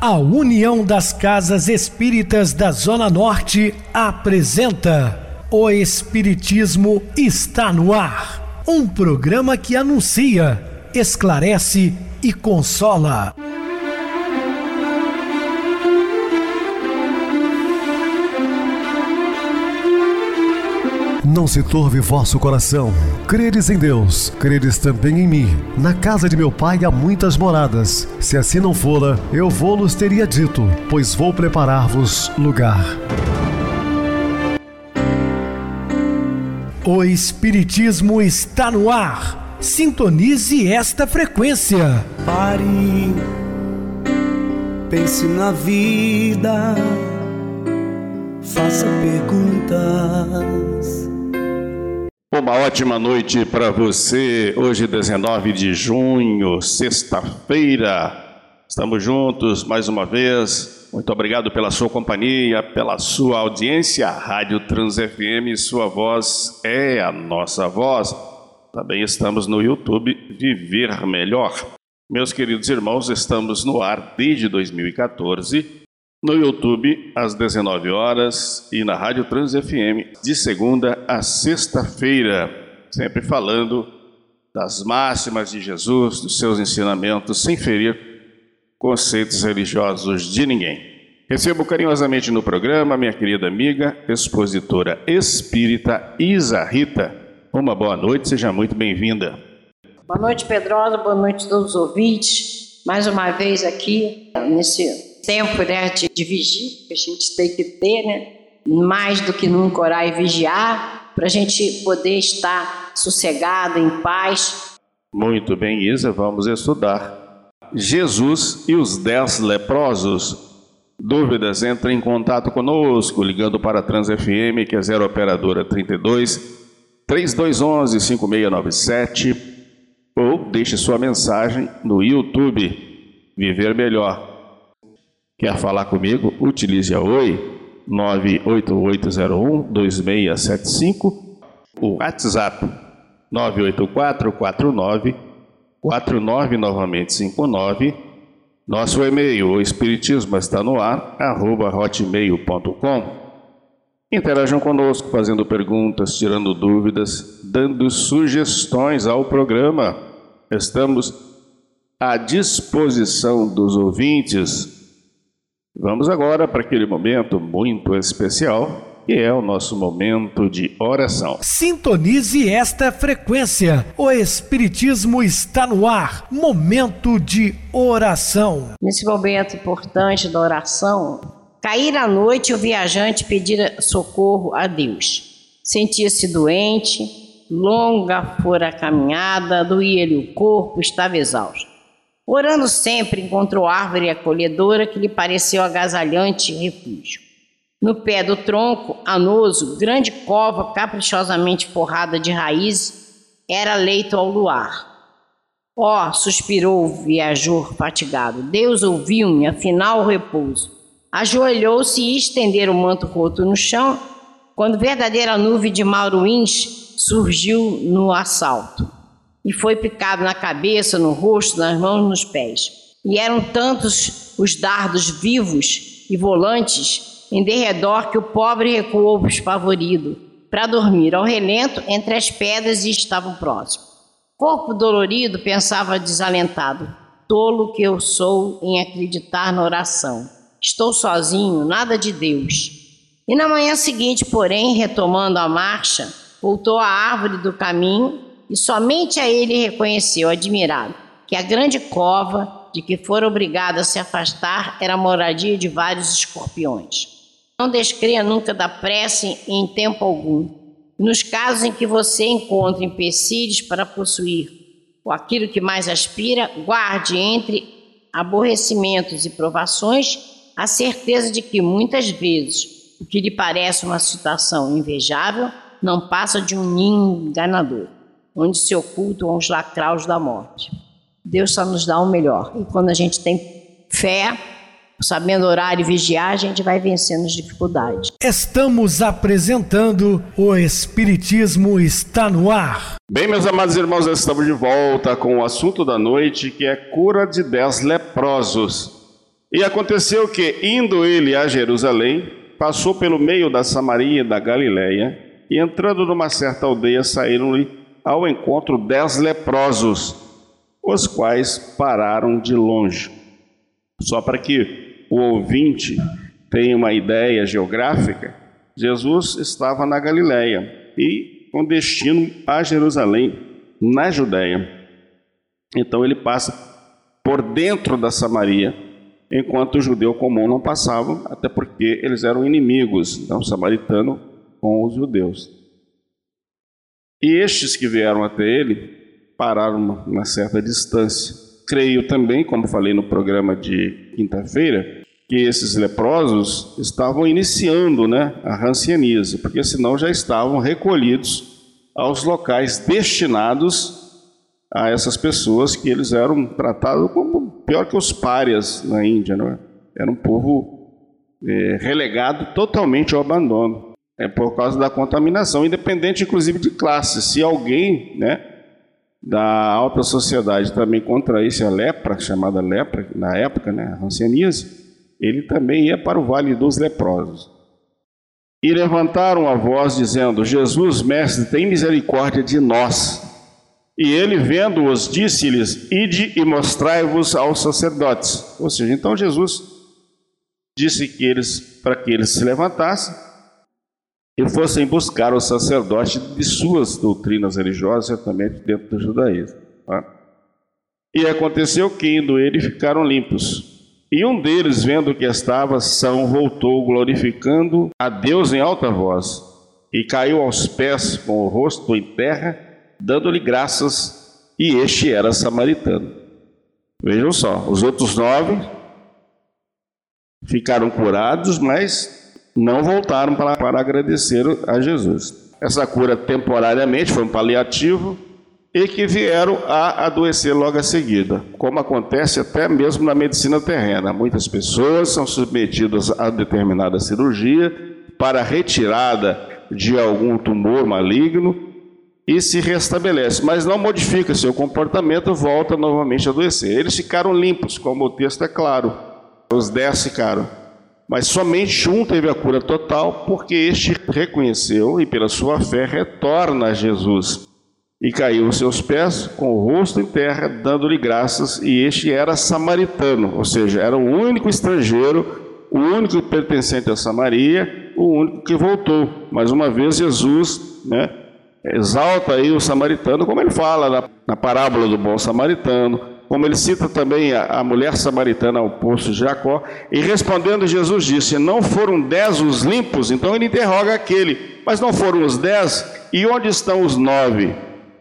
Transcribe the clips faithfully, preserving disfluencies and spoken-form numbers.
A União das Casas Espíritas da Zona Norte apresenta O Espiritismo Está no Ar, um programa que anuncia, esclarece e consola. Não se turve vosso coração. Credes em Deus, credes também em mim. Na casa de meu pai há muitas moradas. Se assim não fora, eu vou-los teria dito, pois vou preparar-vos lugar. O Espiritismo está no ar. Sintonize esta frequência. Pare, pense na vida, faça perguntas. Uma ótima noite para você, hoje dezenove de junho, sexta-feira, estamos juntos mais uma vez, muito obrigado pela sua companhia, pela sua audiência, Rádio Trans F M, sua voz é a nossa voz, também estamos no YouTube Viver Melhor. Meus queridos irmãos, estamos no ar desde dois mil e quatorze, no YouTube, às dezenove horas, e na Rádio Trans F M, de segunda a sexta-feira, sempre falando das máximas de Jesus, dos seus ensinamentos, sem ferir conceitos religiosos de ninguém. Recebo carinhosamente no programa minha querida amiga, expositora espírita Isa Rita. Uma boa noite, seja muito bem-vinda. Boa noite, Pedrosa, boa noite a todos os ouvintes. Mais uma vez aqui, nesse tempo, né, de, de vigia, que a gente tem que ter, né, mais do que nunca orar e vigiar, para a gente poder estar sossegado, em paz. Muito bem, Isa, vamos estudar Jesus e os dez leprosos. Dúvidas, entre em contato conosco, ligando para a Trans F M, que é zero operadora trinta e dois, trinta e dois onze, cinquenta e seis noventa e sete, ou deixe sua mensagem no YouTube Viver Melhor. Quer falar comigo? Utilize a Oi nove oito oito zero um dois seis sete cinco, o WhatsApp nove oito quatro quatro nove quatro nove novamente cinco nove, nosso e-mail, o espiritismo está no ar, arroba hotmail ponto com. Interajam conosco, fazendo perguntas, tirando dúvidas, dando sugestões ao programa. Estamos à disposição dos ouvintes. Vamos agora para aquele momento muito especial, que é o nosso momento de oração. Sintonize esta frequência. O Espiritismo está no ar. Momento de oração. Nesse momento importante da oração, cair à noite o viajante pedir socorro a Deus. Sentia-se doente, longa fora a caminhada, doía-lhe o corpo, estava exausto. Orando sempre, encontrou árvore acolhedora que lhe pareceu agasalhante refúgio. No pé do tronco, anoso, grande cova caprichosamente forrada de raízes, era leito ao luar. Ó, oh, suspirou o viajor fatigado, Deus ouviu-me, afinal o repouso. Ajoelhou-se e estendeu o manto roto no chão, quando verdadeira nuvem de maruins surgiu no assalto. E foi picado na cabeça, no rosto, nas mãos, nos pés. E eram tantos os dardos vivos e volantes em derredor que o pobre recuou espavorido, para dormir ao relento entre as pedras e estava próximo. Corpo dolorido, pensava desalentado, tolo que eu sou em acreditar na oração. Estou sozinho, nada de Deus. E na manhã seguinte, porém, retomando a marcha, voltou à árvore do caminho, e somente a ele reconheceu, admirado, que a grande cova de que fora obrigado a se afastar era a moradia de vários escorpiões. Não descreia nunca da prece em tempo algum. Nos casos em que você encontre empecilhos para possuir ou aquilo que mais aspira, guarde entre aborrecimentos e provações a certeza de que muitas vezes o que lhe parece uma situação invejável não passa de um ninho enganador, onde se ocultam os lacraus da morte. Deus só nos dá o melhor. E quando a gente tem fé, sabendo orar e vigiar, a gente vai vencendo as dificuldades. Estamos apresentando o Espiritismo está no ar. Bem, meus amados irmãos, estamos de volta com o assunto da noite, que é cura de dez leprosos. E aconteceu que, indo ele a Jerusalém, passou pelo meio da Samaria e da Galiléia, e entrando numa certa aldeia, saíram-lhe ao encontro dez leprosos, os quais pararam de longe. Só para que o ouvinte tenha uma ideia geográfica, Jesus estava na Galiléia e com destino a Jerusalém, na Judéia. Então ele passa por dentro da Samaria, enquanto o judeu comum não passava, até porque eles eram inimigos, então, o samaritano com os judeus. E estes que vieram até ele pararam uma, uma certa distância. Creio também, como falei no programa de quinta-feira, que esses leprosos estavam iniciando, né, a hanseníase, porque senão já estavam recolhidos aos locais destinados a essas pessoas que eles eram tratados como pior que os párias na Índia, não é? Era um povo é, relegado totalmente ao abandono, é por causa da contaminação, independente inclusive de classe. Se alguém, né, da alta sociedade também contraísse a lepra, chamada lepra na época, né, a hanseníase, ele também ia para o vale dos leprosos. E levantaram a voz dizendo: Jesus, mestre, tem misericórdia de nós. E ele, vendo-os, disse-lhes: ide e mostrai-vos aos sacerdotes. Ou seja, então Jesus disse que eles, para que eles se levantassem e fossem buscar o sacerdote de suas doutrinas religiosas, certamente dentro do judaísmo. Tá? E aconteceu que, indo ele, ficaram limpos. E um deles, vendo que estava são, voltou, glorificando a Deus em alta voz, e caiu aos pés com o rosto em terra, dando-lhe graças, e este era samaritano. Vejam só, os outros nove ficaram curados, mas não voltaram para, para agradecer a Jesus. Essa cura temporariamente foi um paliativo, e que vieram a adoecer logo a seguida, como acontece até mesmo na medicina terrena. Muitas pessoas são submetidas a determinada cirurgia para retirada de algum tumor maligno e se restabelece, mas não modifica seu comportamento, volta novamente a adoecer. Eles ficaram limpos, como o texto é claro, os dez ficaram, mas somente um teve a cura total, porque este reconheceu e pela sua fé retorna a Jesus. E caiu aos seus pés, com o rosto em terra, dando-lhe graças, e este era samaritano, ou seja, era o único estrangeiro, o único pertencente a Samaria, o único que voltou. Mais uma vez Jesus, né, exalta aí o samaritano, como ele fala na, na parábola do bom samaritano, como ele cita também a, a mulher samaritana ao poço de Jacó, e respondendo Jesus disse: não foram dez os limpos? Então ele interroga aquele: mas não foram os dez? E onde estão os nove?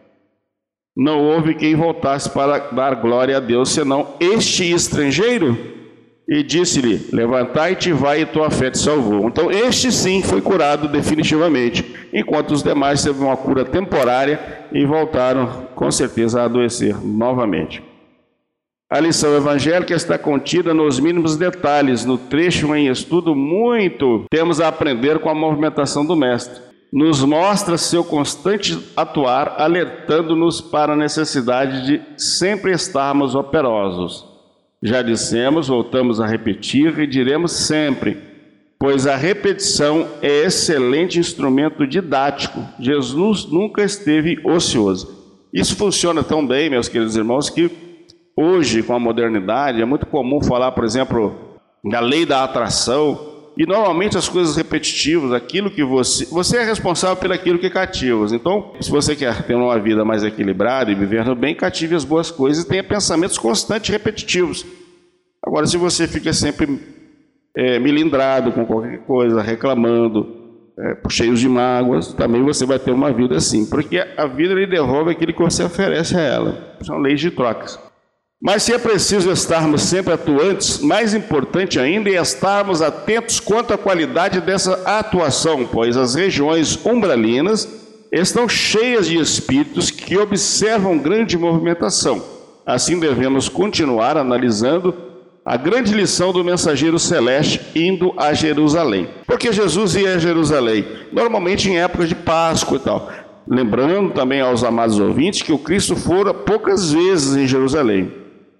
Não houve quem voltasse para dar glória a Deus, senão este estrangeiro. E disse-lhe: levantai-te, vai, e tua fé te salvou. Então este sim foi curado definitivamente, enquanto os demais teve uma cura temporária e voltaram com certeza a adoecer novamente. A lição evangélica está contida nos mínimos detalhes, no trecho em estudo muito temos a aprender com a movimentação do Mestre. Nos mostra seu constante atuar, alertando-nos para a necessidade de sempre estarmos operosos. Já dissemos, voltamos a repetir e diremos sempre, pois a repetição é excelente instrumento didático. Jesus nunca esteve ocioso. Isso funciona tão bem, meus queridos irmãos, que hoje, com a modernidade, é muito comum falar, por exemplo, da lei da atração. E normalmente as coisas repetitivas, aquilo que você... Você é responsável por aquilo que cativas. Então, se você quer ter uma vida mais equilibrada e viver no bem, cative as boas coisas e tenha pensamentos constantes e repetitivos. Agora, se você fica sempre é, milindrado com qualquer coisa, reclamando, é, cheio de mágoas, também você vai ter uma vida assim. Porque a vida lhe devolve aquilo que você oferece a ela. São leis de trocas. Mas se é preciso estarmos sempre atuantes, mais importante ainda é estarmos atentos quanto à qualidade dessa atuação, pois as regiões umbralinas estão cheias de espíritos que observam grande movimentação. Assim devemos continuar analisando a grande lição do mensageiro celeste indo a Jerusalém. Porque Jesus ia a Jerusalém, normalmente em épocas de Páscoa e tal. Lembrando também aos amados ouvintes que o Cristo fora poucas vezes em Jerusalém.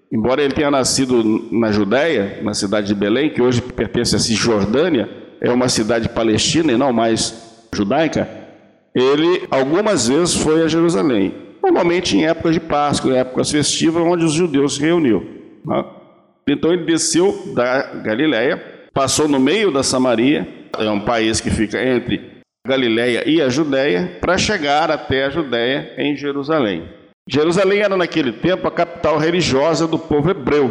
embora ele tenha nascido na Judéia, na cidade de Belém, que hoje pertence à Cisjordânia, é uma cidade palestina e não mais judaica, ele algumas vezes foi a Jerusalém, normalmente em épocas de Páscoa, em épocas festivas, onde os judeus se reuniam. Né? Então ele desceu da Galiléia, passou no meio da Samaria, é um país que fica entre Galiléia e a Judéia, para chegar até a Judéia em Jerusalém. Jerusalém era naquele tempo a capital religiosa do povo hebreu.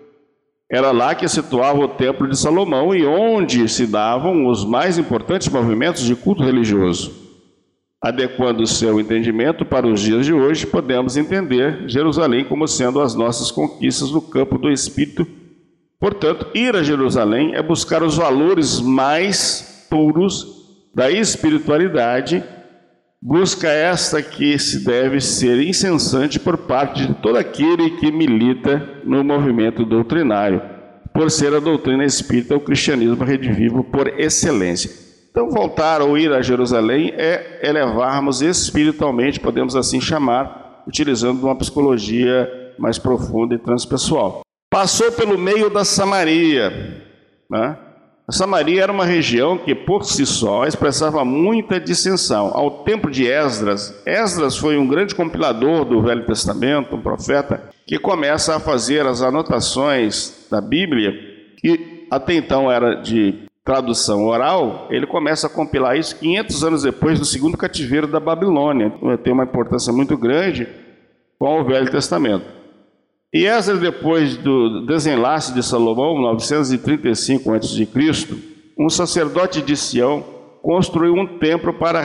Era lá que se situava o Templo de Salomão e onde se davam os mais importantes movimentos de culto religioso. Adequando o seu entendimento para os dias de hoje, podemos entender Jerusalém como sendo as nossas conquistas no campo do Espírito. Portanto, ir a Jerusalém é buscar os valores mais puros da espiritualidade, busca esta que se deve ser incessante por parte de todo aquele que milita no movimento doutrinário, por ser a doutrina espírita o cristianismo redivivo por excelência. Então, voltar ou ir a Jerusalém é elevarmos espiritualmente, podemos assim chamar, utilizando uma psicologia mais profunda e transpessoal. Passou pelo meio da Samaria, né? A Samaria era uma região que, por si só, expressava muita dissensão. Ao tempo de Esdras, Esdras foi um grande compilador do Velho Testamento, um profeta, que começa a fazer as anotações da Bíblia, que até então era de tradução oral. Ele começa a compilar isso quinhentos anos depois do segundo cativeiro da Babilônia. Então, tem uma importância muito grande com o Velho Testamento. E Esdras, depois do desenlace de Salomão, novecentos e trinta e cinco antes de Cristo, um sacerdote de Sião construiu um templo para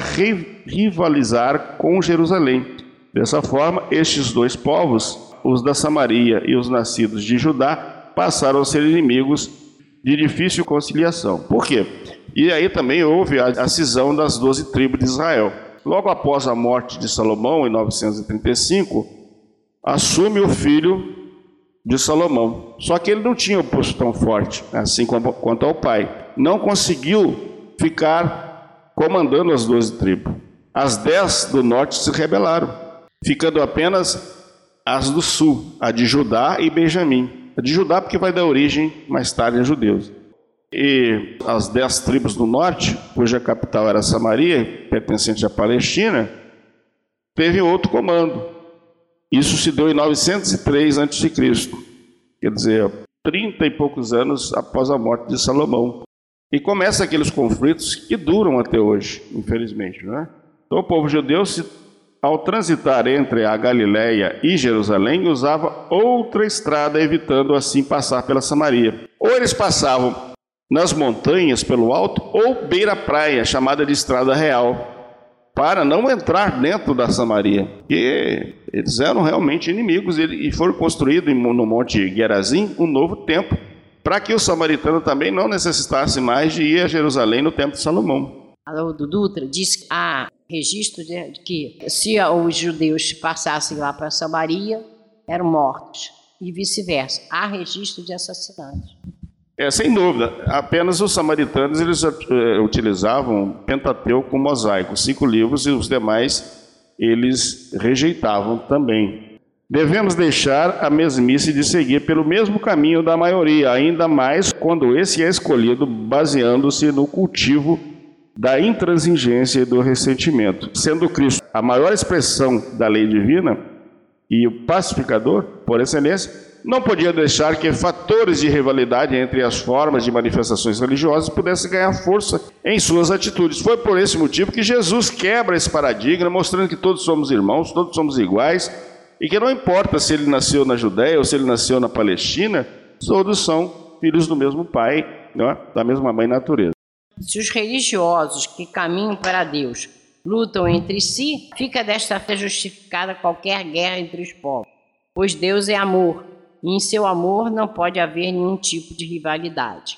rivalizar com Jerusalém. Dessa forma, estes dois povos, os da Samaria e os nascidos de Judá, passaram a ser inimigos de difícil conciliação. Por quê? E aí também houve a cisão das doze tribos de Israel. Logo após a morte de Salomão, em novecentos e trinta e cinco, assume o filho de Salomão. Só que ele não tinha o posto tão forte, assim como, quanto ao pai. Não conseguiu ficar comandando as doze tribos. As dez do norte se rebelaram, ficando apenas as do sul, a de Judá e Benjamim. A de Judá porque vai dar origem mais tarde a judeus. E as dez tribos do norte, cuja capital era Samaria, pertencente à Palestina, teve outro comando. Isso se deu em novecentos e três antes de Cristo, quer dizer, trinta e poucos anos após a morte de Salomão. E começa aqueles conflitos que duram até hoje, infelizmente, não é? Então o povo judeu, se, ao transitar entre a Galiléia e Jerusalém, usava outra estrada, evitando assim passar pela Samaria. Ou eles passavam nas montanhas pelo alto, ou beira-praia, chamada de Estrada Real, para não entrar dentro da Samaria, porque eles eram realmente inimigos, e foram construídos no Monte Gerazim um novo templo, para que o samaritano também não necessitasse mais de ir a Jerusalém no templo de Salomão. Haroldo Dutra diz que há registro de que se os judeus passassem lá para Samaria, eram mortos, e vice-versa. Há registro de assassinatos. É, sem dúvida, apenas os samaritanos eles uh, utilizavam Pentateuco mosaico, cinco livros, e os demais eles rejeitavam também. Devemos deixar a mesmice de seguir pelo mesmo caminho da maioria, ainda mais quando esse é escolhido baseando-se no cultivo da intransigência e do ressentimento. Sendo Cristo a maior expressão da lei divina e o pacificador, por excelência, não podia deixar que fatores de rivalidade entre as formas de manifestações religiosas pudessem ganhar força em suas atitudes. Foi por esse motivo que Jesus quebra esse paradigma, mostrando que todos somos irmãos, todos somos iguais, e que não importa se ele nasceu na Judéia ou se ele nasceu na Palestina, todos são filhos do mesmo pai, não é? Da mesma mãe natureza. Se os religiosos que caminham para Deus lutam entre si, fica desta feita justificada qualquer guerra entre os povos, pois Deus é amor, e em seu amor não pode haver nenhum tipo de rivalidade.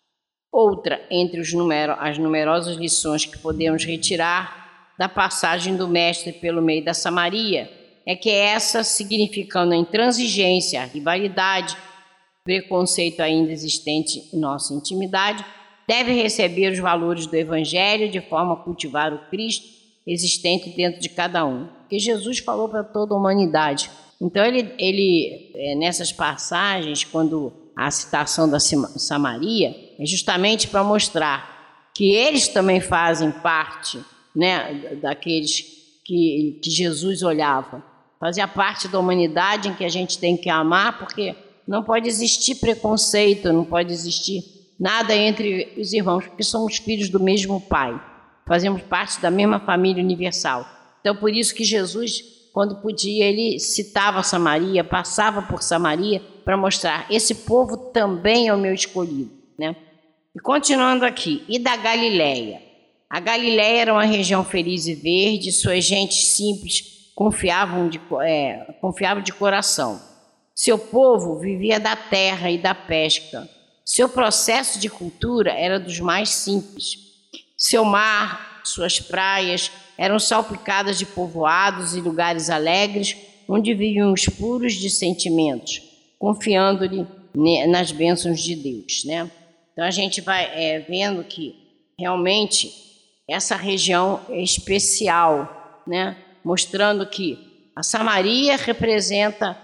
Outra entre os numero, as numerosas lições que podemos retirar da passagem do Mestre pelo meio da Samaria é que essa, significando a intransigência, a rivalidade, preconceito ainda existente em nossa intimidade, deve receber os valores do Evangelho de forma a cultivar o Cristo existente dentro de cada um. Porque Jesus falou para toda a humanidade: Então, ele, ele é, nessas passagens, quando a citação da Samaria, é justamente para mostrar que eles também fazem parte, né, daqueles que, que Jesus olhava. Fazia parte da humanidade em que a gente tem que amar, porque não pode existir preconceito, não pode existir nada entre os irmãos, porque somos filhos do mesmo Pai, fazemos parte da mesma família universal. Então, por isso que Jesus, quando podia, ele citava Samaria, passava por Samaria para mostrar, esse povo também é o meu escolhido, né? E continuando aqui, e da Galileia? A Galileia era uma região feliz e verde, suas gentes simples confiavam de, é, confiavam de coração. Seu povo vivia da terra e da pesca. Seu processo de cultura era dos mais simples. Seu mar, suas praias, eram salpicadas de povoados e lugares alegres, onde viviam os puros de sentimentos, confiando-lhe nas bênçãos de Deus, né? Então a gente vai é, vendo que realmente essa região é especial, né? Mostrando que a Samaria representa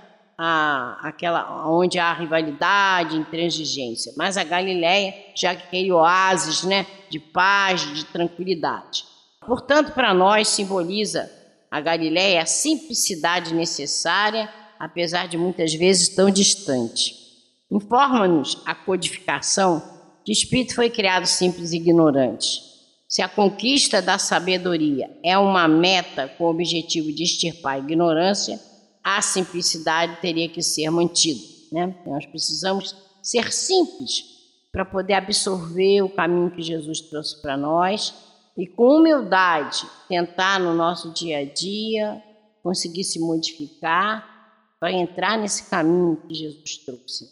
a, aquela onde há rivalidade, intransigência, mas a Galileia já aquele oásis, né, de paz, de tranquilidade. Portanto, para nós simboliza a Galileia a simplicidade necessária, apesar de muitas vezes tão distante. Informa-nos a codificação que o Espírito foi criado simples e ignorante. Se a conquista da sabedoria é uma meta com o objetivo de extirpar a ignorância, a simplicidade teria que ser mantida, né? Nós precisamos ser simples para poder absorver o caminho que Jesus trouxe para nós e, com humildade, tentar no nosso dia a dia conseguir se modificar para entrar nesse caminho que Jesus trouxe.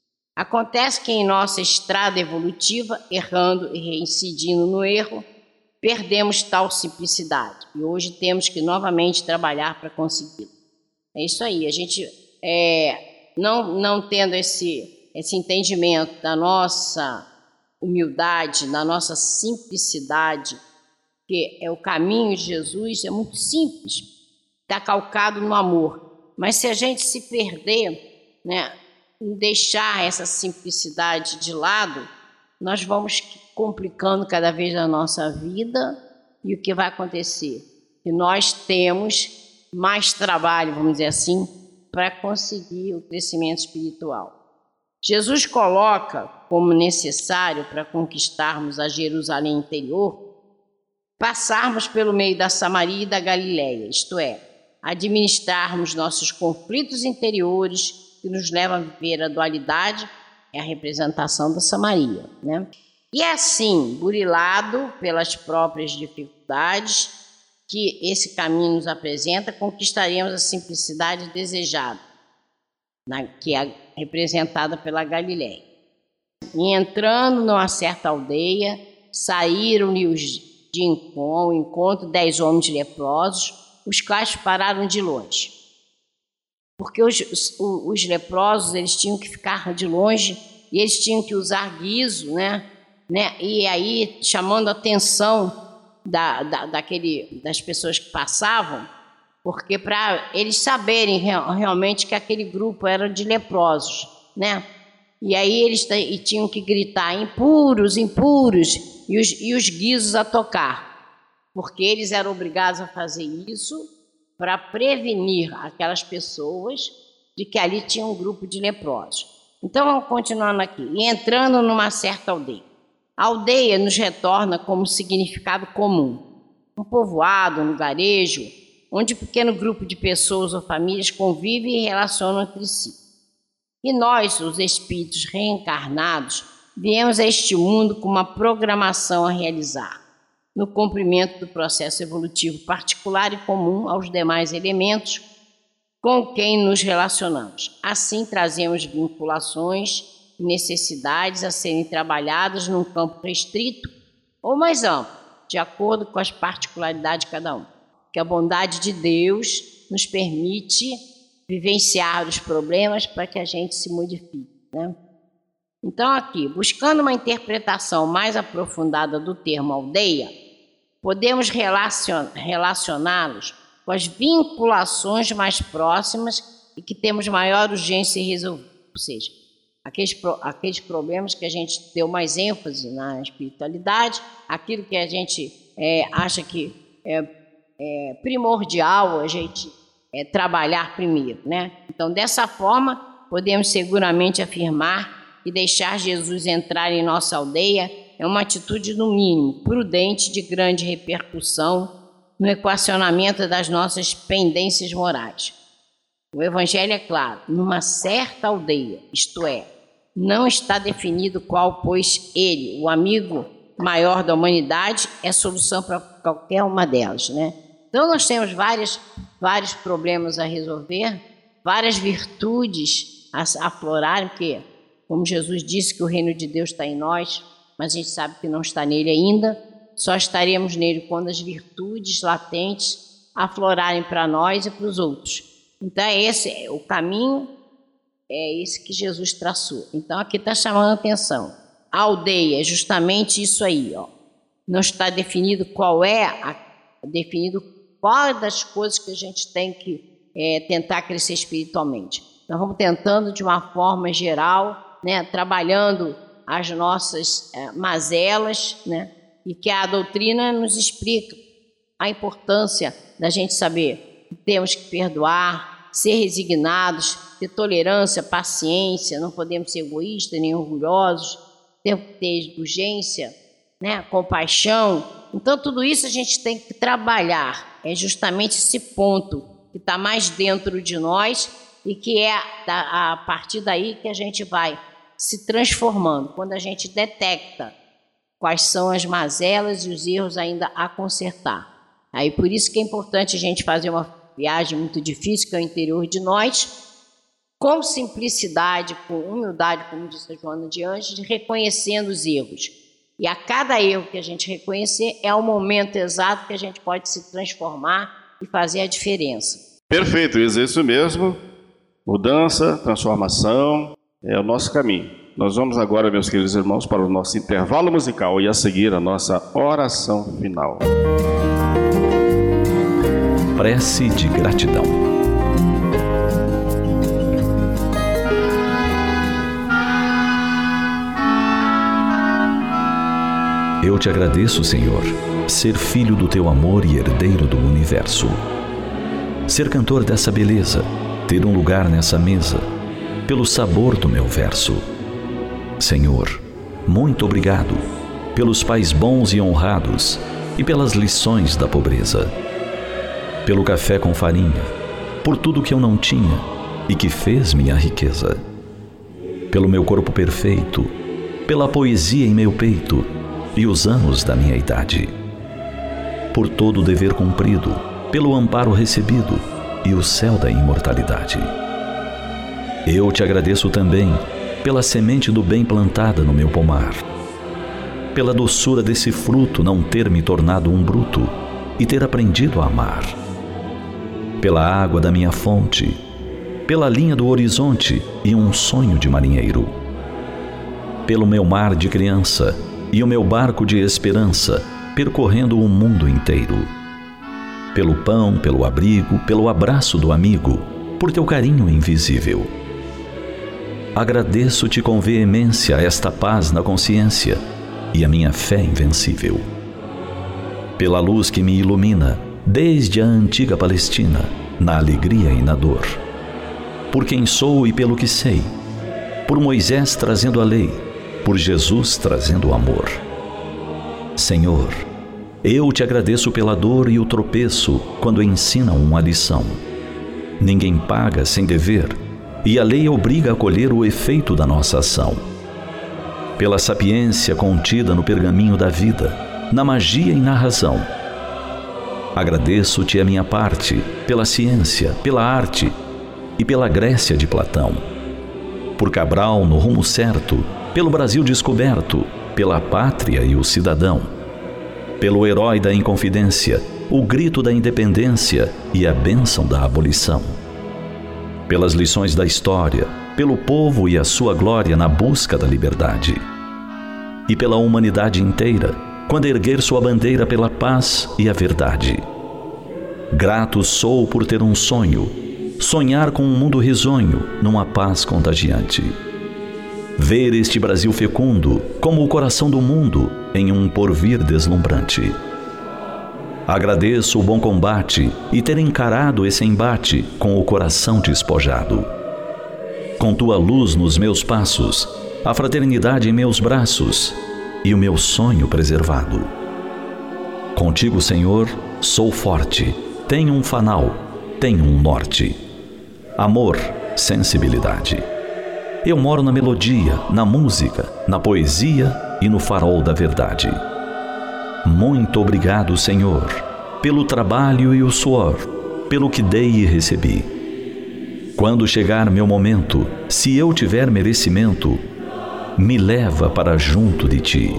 Acontece que em nossa estrada evolutiva, errando e reincidindo no erro, perdemos tal simplicidade e hoje temos que novamente trabalhar para consegui-lo. É isso aí, a gente é, não, não tendo esse, esse entendimento da nossa humildade, da nossa simplicidade, que é o caminho de Jesus, é muito simples, está calcado no amor. Mas se a gente se perder, né, em deixar essa simplicidade de lado, nós vamos complicando cada vez a nossa vida e o que vai acontecer? Que nós temos mais trabalho, vamos dizer assim, para conseguir o crescimento espiritual. Jesus coloca como necessário para conquistarmos a Jerusalém interior, passarmos pelo meio da Samaria e da Galileia, isto é, administrarmos nossos conflitos interiores que nos levam a viver a dualidade, é a representação da Samaria, né? E assim, burilado pelas próprias dificuldades que esse caminho nos apresenta, conquistaremos a simplicidade desejada, que é representada pela Galileia. E entrando numa certa aldeia, saíram-lhe os de encontro, encontro dez homens leprosos, os quais pararam de longe. Porque os, os, os leprosos, eles tinham que ficar de longe e eles tinham que usar guiso, né? né? E aí, chamando a atenção da, da, daquele, das pessoas que passavam, porque para eles saberem real, realmente que aquele grupo era de leprosos, né? E aí eles e tinham que gritar, impuros, impuros, e os, e os guizos a tocar, porque eles eram obrigados a fazer isso para prevenir aquelas pessoas de que ali tinha um grupo de leprosos. Então, vamos continuando aqui. E entrando numa certa aldeia. A aldeia nos retorna como significado comum. Um povoado, um lugarejo, onde um pequeno grupo de pessoas ou famílias convivem e relacionam entre si. E nós, os espíritos reencarnados, viemos a este mundo com uma programação a realizar, no cumprimento do processo evolutivo particular e comum aos demais elementos com quem nos relacionamos. Assim, trazemos vinculações e necessidades a serem trabalhadas num campo restrito ou mais amplo, de acordo com as particularidades de cada um. Que a bondade de Deus nos permite vivenciar os problemas para que a gente se modifique, né? Então, aqui, buscando uma interpretação mais aprofundada do termo aldeia, podemos relacion- relacioná-los com as vinculações mais próximas e que temos maior urgência em resolver. Ou seja, aqueles, aqueles problemas que a gente deu mais ênfase na espiritualidade, aquilo que a gente é, acha que é, é primordial a gente é, trabalhar primeiro, né? Então, dessa forma, podemos seguramente afirmar que deixar Jesus entrar em nossa aldeia é uma atitude, no mínimo, prudente, de grande repercussão no equacionamento das nossas pendências morais. O Evangelho é claro, numa certa aldeia, isto é, não está definido qual, pois ele, o amigo maior da humanidade, é solução para qualquer uma delas, né? Então nós temos várias, vários problemas a resolver, várias virtudes a aflorarem, porque, como Jesus disse que o reino de Deus está em nós, mas a gente sabe que não está nele ainda, só estaremos nele quando as virtudes latentes aflorarem para nós e para os outros. Então, é esse o caminho, é esse que Jesus traçou. Então, aqui está chamando a atenção. A aldeia é justamente isso aí, ó. Não está definido qual é, a, definido qual das coisas que a gente tem que é, tentar crescer espiritualmente. Nós vamos tentando de uma forma geral, né, trabalhando as nossas é, mazelas, né, e que a doutrina nos explica a importância da gente saber que temos que perdoar, ser resignados, ter tolerância, paciência, não podemos ser egoístas nem orgulhosos, temos que ter urgência, né, compaixão. Então, tudo isso a gente tem que trabalhar. É justamente esse ponto que está mais dentro de nós e que é a, a partir daí que a gente vai se transformando, quando a gente detecta quais são as mazelas e os erros ainda a consertar. Aí por isso que é importante a gente fazer uma viagem muito difícil, que é o interior de nós, com simplicidade, com humildade, como disse a Joana de Anjos, reconhecendo os erros. E a cada erro que a gente reconhecer, é o momento exato que a gente pode se transformar e fazer a diferença. Perfeito, isso mesmo. Mudança, transformação, é o nosso caminho. Nós vamos agora, meus queridos irmãos, para o nosso intervalo musical e a seguir a nossa oração final. Prece de gratidão. Eu te agradeço, Senhor, ser filho do teu amor e herdeiro do universo. Ser cantor dessa beleza, ter um lugar nessa mesa, pelo sabor do meu verso. Senhor, muito obrigado pelos pais bons e honrados e pelas lições da pobreza. Pelo café com farinha, por tudo que eu não tinha e que fez minha riqueza. Pelo meu corpo perfeito, pela poesia em meu peito e os anos da minha idade. Por todo o dever cumprido, pelo amparo recebido e o céu da imortalidade. Eu te agradeço também pela semente do bem plantada no meu pomar, pela doçura desse fruto não ter me tornado um bruto e ter aprendido a amar, pela água da minha fonte, pela linha do horizonte e um sonho de marinheiro, pelo meu mar de criança e o meu barco de esperança percorrendo o mundo inteiro, pelo pão, pelo abrigo, pelo abraço do amigo, por teu carinho invisível. Agradeço-te com veemência esta paz na consciência e a minha fé invencível. Pela luz que me ilumina, desde a antiga Palestina, na alegria e na dor. Por quem sou e pelo que sei, por Moisés trazendo a lei, por Jesus trazendo o amor. Senhor, eu te agradeço pela dor e o tropeço quando ensinam uma lição. Ninguém paga sem dever, e a lei obriga a colher o efeito da nossa ação. Pela sapiência contida no pergaminho da vida, na magia e na razão. Agradeço-te a minha parte, pela ciência, pela arte e pela Grécia de Platão. Por Cabral no rumo certo, pelo Brasil descoberto, pela pátria e o cidadão. Pelo herói da Inconfidência, o grito da independência e a bênção da abolição. Pelas lições da história, pelo povo e a sua glória na busca da liberdade. E pela humanidade inteira, quando erguer sua bandeira pela paz e a verdade. Grato sou por ter um sonho, sonhar com um mundo risonho, numa paz contagiante. Ver este Brasil fecundo, como o coração do mundo, em um porvir deslumbrante. Agradeço o bom combate e ter encarado esse embate com o coração despojado. Com tua luz nos meus passos, a fraternidade em meus braços e o meu sonho preservado. Contigo, Senhor, sou forte, tenho um fanal, tenho um norte. Amor, sensibilidade. Eu moro na melodia, na música, na poesia e no farol da verdade. Muito obrigado, Senhor, pelo trabalho e o suor, pelo que dei e recebi. Quando chegar meu momento, se eu tiver merecimento, me leva para junto de ti.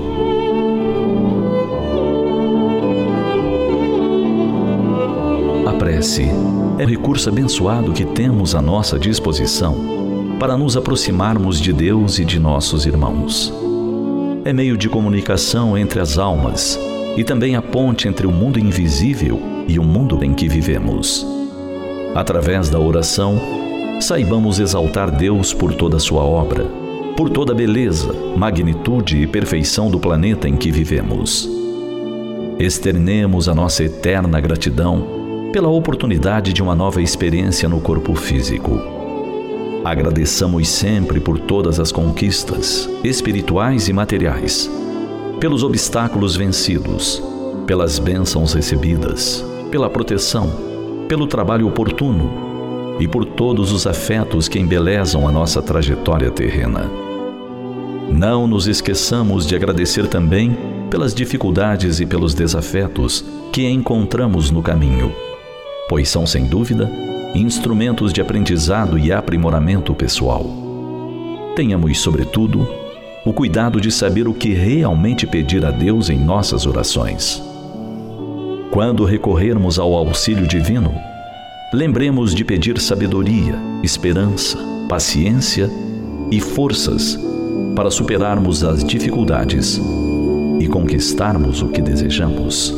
A prece é o recurso abençoado que temos à nossa disposição para nos aproximarmos de Deus e de nossos irmãos. É meio de comunicação entre as almas e também a ponte entre o mundo invisível e o mundo em que vivemos. Através da oração, saibamos exaltar Deus por toda a sua obra, por toda a beleza, magnitude e perfeição do planeta em que vivemos. Externemos a nossa eterna gratidão pela oportunidade de uma nova experiência no corpo físico. Agradeçamos sempre por todas as conquistas, espirituais e materiais, pelos obstáculos vencidos, pelas bênçãos recebidas, pela proteção, pelo trabalho oportuno e por todos os afetos que embelezam a nossa trajetória terrena. Não nos esqueçamos de agradecer também pelas dificuldades e pelos desafetos que encontramos no caminho, pois são, sem dúvida, instrumentos de aprendizado e aprimoramento pessoal. Tenhamos, sobretudo, o cuidado de saber o que realmente pedir a Deus em nossas orações. Quando recorrermos ao auxílio divino, lembremos de pedir sabedoria, esperança, paciência e forças para superarmos as dificuldades e conquistarmos o que desejamos.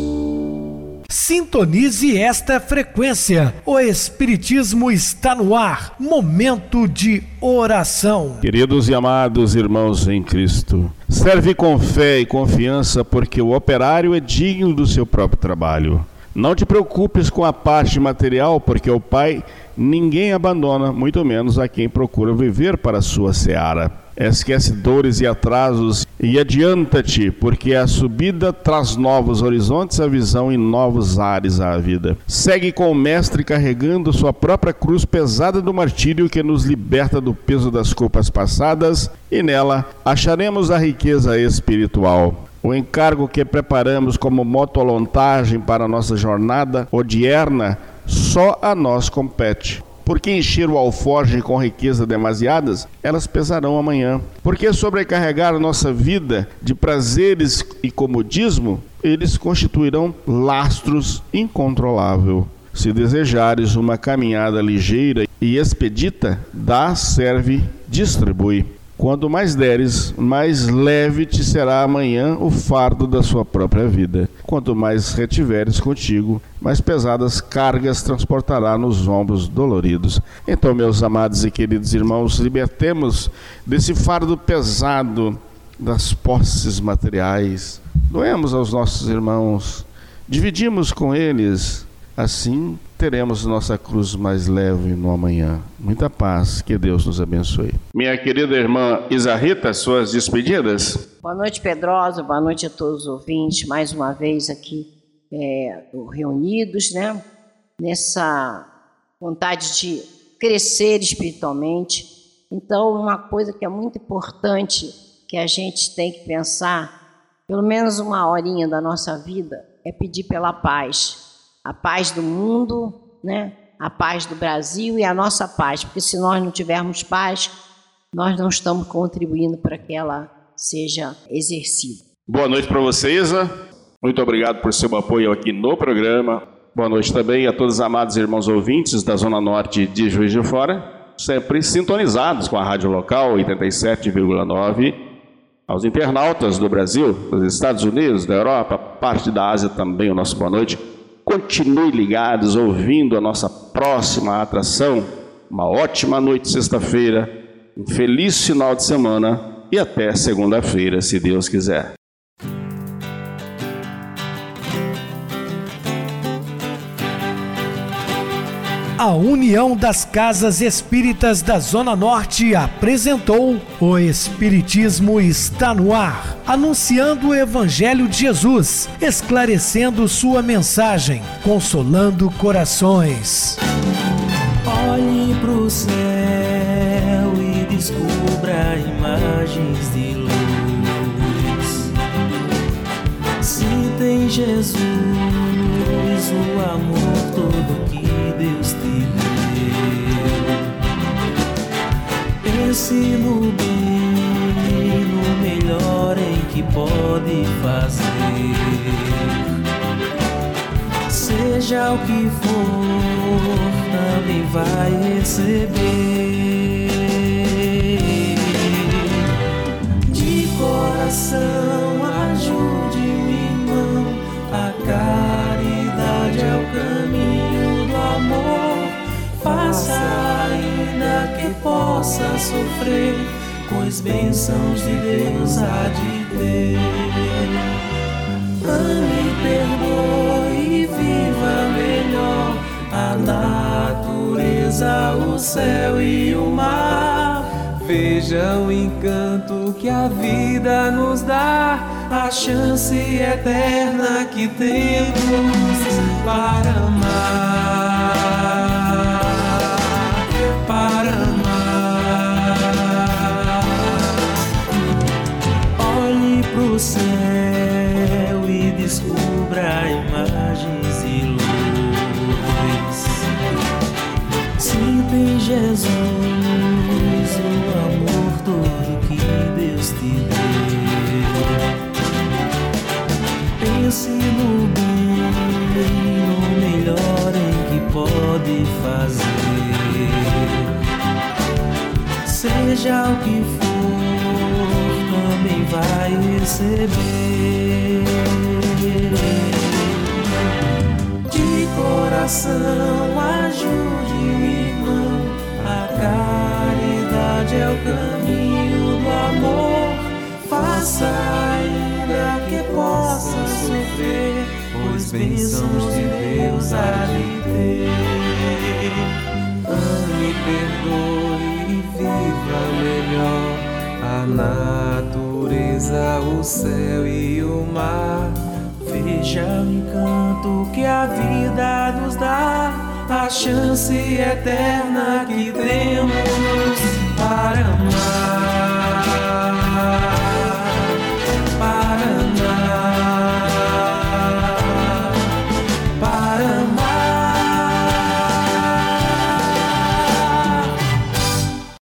Sintonize esta frequência. O Espiritismo está no ar. Momento de oração. Queridos e amados irmãos em Cristo, serve com fé e confiança, porque o operário é digno do seu próprio trabalho. Não te preocupes com a parte material, porque o Pai ninguém abandona, muito menos a quem procura viver para a sua seara. Esquece dores e atrasos e adianta-te, porque a subida traz novos horizontes, a visão e novos ares à vida. Segue com o Mestre carregando sua própria cruz pesada do martírio, que nos liberta do peso das culpas passadas, e nela acharemos a riqueza espiritual. O encargo que preparamos como motolontagem para a nossa jornada odierna só a nós compete. Porque encher o alforje com riqueza demasiadas, elas pesarão amanhã. Porque sobrecarregar a nossa vida de prazeres e comodismo, eles constituirão lastros incontroláveis. Se desejares uma caminhada ligeira e expedita, dá, serve, distribui. Quanto mais deres, mais leve te será amanhã o fardo da sua própria vida. Quanto mais retiveres contigo, mais pesadas cargas transportará nos ombros doloridos. Então, meus amados e queridos irmãos, libertemos desse fardo pesado das posses materiais. Doemos aos nossos irmãos, dividimos com eles, assim teremos nossa cruz mais leve no amanhã. Muita paz, que Deus nos abençoe. Minha querida irmã Isa Rita, suas despedidas. Boa noite, Pedrosa, boa noite a todos os ouvintes, mais uma vez aqui é, reunidos, né? Nessa vontade de crescer espiritualmente. Então, uma coisa que é muito importante, que a gente tem que pensar, pelo menos uma horinha da nossa vida, é pedir pela paz. A paz do mundo, né? A paz do Brasil e a nossa paz, porque se nós não tivermos paz, nós não estamos contribuindo para que ela seja exercida. Boa noite para você, Isa. Muito obrigado por seu apoio aqui no programa. Boa noite também a todos os amados irmãos ouvintes da Zona Norte de Juiz de Fora, sempre sintonizados com a rádio local oitenta e sete vírgula nove, aos internautas do Brasil, dos Estados Unidos, da Europa, parte da Ásia também, o nosso boa noite. Continue ligados, ouvindo a nossa próxima atração. Uma ótima noite sexta-feira, um feliz final de semana e até segunda-feira, se Deus quiser. A União das Casas Espíritas da Zona Norte apresentou O Espiritismo Está no Ar, anunciando o Evangelho de Jesus, esclarecendo sua mensagem, consolando corações. Olhe pro céu e descubra imagens de luz. Se tem Jesus, o amor todo que Deus te deu. Pense no bem, no melhor em que pode fazer. Seja o que for, também vai receber. De coração, ajude-me, irmão. A caridade é o caminho do amor. Faça ainda que possa sofrer, pois bênçãos de Deus há de ter. Ame, perdoe e viva melhor a natureza, o céu e o mar. Veja o encanto que a vida nos dá, a chance eterna que temos para amar, para amar. Olhe pro céu e descubra imagens e luz. Sim, tem Jesus, o amor todo que Deus te deu. Pense no bem, no melhor em que pode fazer. Seja o que for, também vai receber. De coração, ajude o irmão. A caridade é o caminho do amor. Faça ainda que possa sofrer, pois bênçãos de Deus há de ter. Ame, perdoe e viva melhor a natureza, o céu e o mar. Veja o encanto que a vida nos dá, a chance eterna que temos para amar.